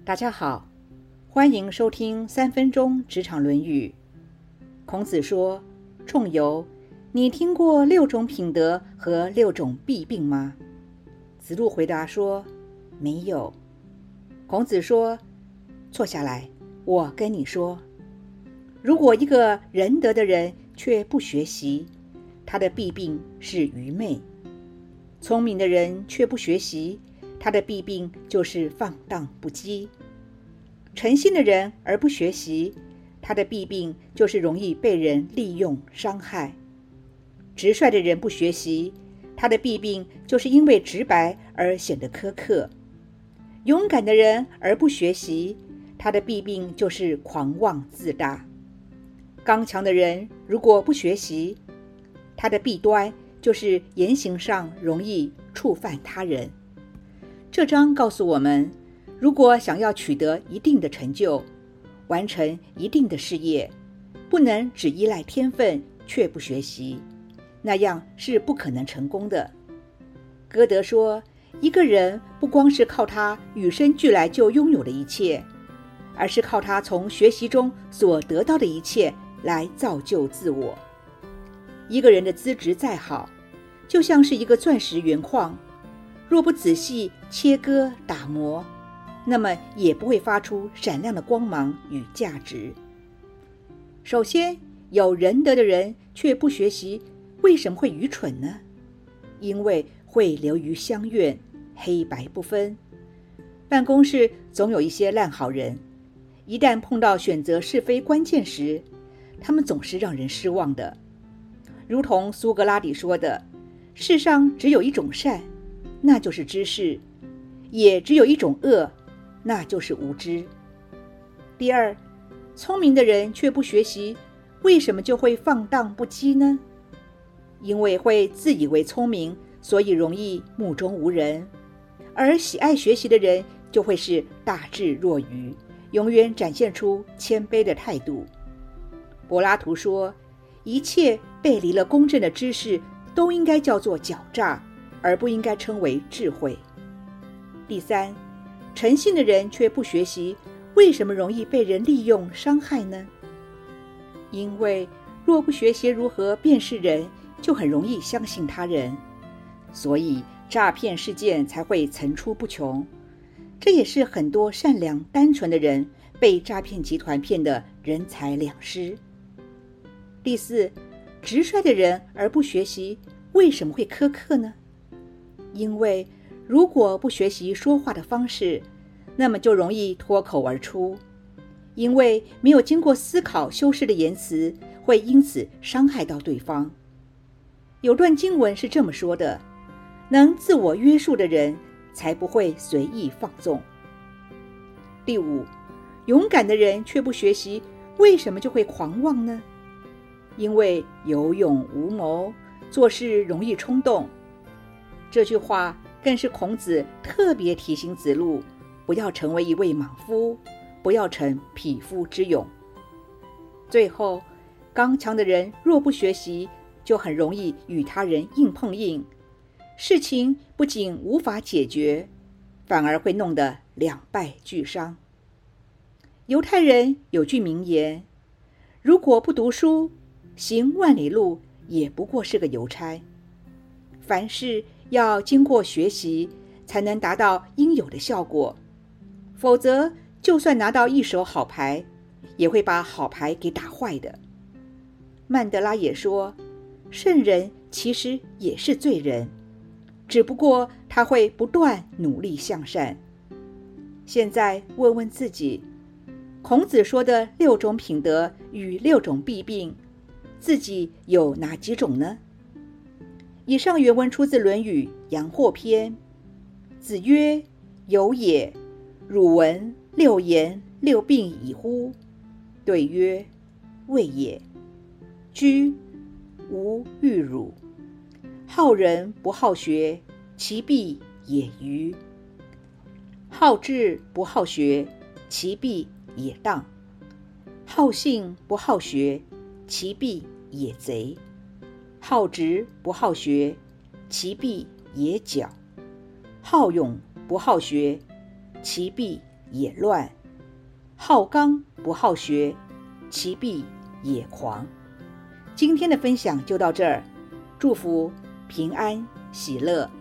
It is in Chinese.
大家好，欢迎收听3分钟职场论语。孔子说：仲由，你听过6种品德和6种弊病吗？子路回答说：没有。孔子说：坐下来，我跟你说，如果一个仁德的人却不学习，他的弊病是愚昧；聪明的人却不学习，他的弊病就是放荡不羁；诚信的人而不学习，他的弊病就是容易被人利用伤害；直率的人不学习，他的弊病就是因为直白而显得苛刻；勇敢的人而不学习，他的弊病就是狂妄自大；刚强的人如果不学习，他的弊端就是言行上容易触犯他人。这章告诉我们，如果想要取得一定的成就，完成一定的事业，不能只依赖天分却不学习，那样是不可能成功的。歌德说，一个人不光是靠他与生俱来就拥有的一切，而是靠他从学习中所得到的一切来造就自我。一个人的资质再好，就像是一个钻石原矿，若不仔细切割打磨，那么也不会发出闪亮的光芒与价值。首先，有仁德的人却不学习，为什么会愚蠢呢？因为会流于乡愿，黑白不分。办公室总有一些烂好人，一旦碰到选择是非关键时，他们总是让人失望的。如同苏格拉底说的，世上只有一种善，那就是知识；也只有一种恶，那就是无知。第二，聪明的人却不学习，为什么就会放荡不羁呢？因为会自以为聪明，所以容易目中无人；而喜爱学习的人就会是大智若愚，永远展现出谦卑的态度。柏拉图说，一切背离了公正的知识都应该叫做狡诈，而不应该称为智慧。第三，诚信的人却不学习，为什么容易被人利用伤害呢？因为若不学习如何辨识人，就很容易相信他人，所以诈骗事件才会层出不穷。这也是很多善良单纯的人被诈骗集团骗得人财两失。第四，直率的人而不学习，为什么会苛刻呢？因为如果不学习说话的方式，那么就容易脱口而出，因为没有经过思考修饰的言辞，会因此伤害到对方。有段经文是这么说的，能自我约束的人才不会随意放纵。第五，勇敢的人却不学习，为什么就会狂妄呢？因为有勇无谋，做事容易冲动。这句话更是孔子特别提醒子路，不要成为一位莽夫，不要逞匹夫之勇。最后，刚强的人若不学习，就很容易与他人硬碰硬，事情不仅无法解决，反而会弄得两败俱伤。犹太人有句名言，如果不读书，行万里路也不过是个邮差。凡事要经过学习，才能达到应有的效果，否则就算拿到一手好牌，也会把好牌给打坏的。曼德拉也说，圣人其实也是罪人，只不过他会不断努力向善。现在问问自己，孔子说的6种品德与6种弊病，自己有哪几种呢？以上原文出自《论语·阳货篇》。子曰：有也，汝闻6言6病矣乎？对曰：未也。居，吾欲汝。好人不好学，其必也愚；好智不好学，其必也当；好信不好学，其必也贼；好直不好学，其必也狡；好勇不好学，其必也乱，好刚不好学，其必也狂。今天的分享就到这儿，祝福平安喜乐。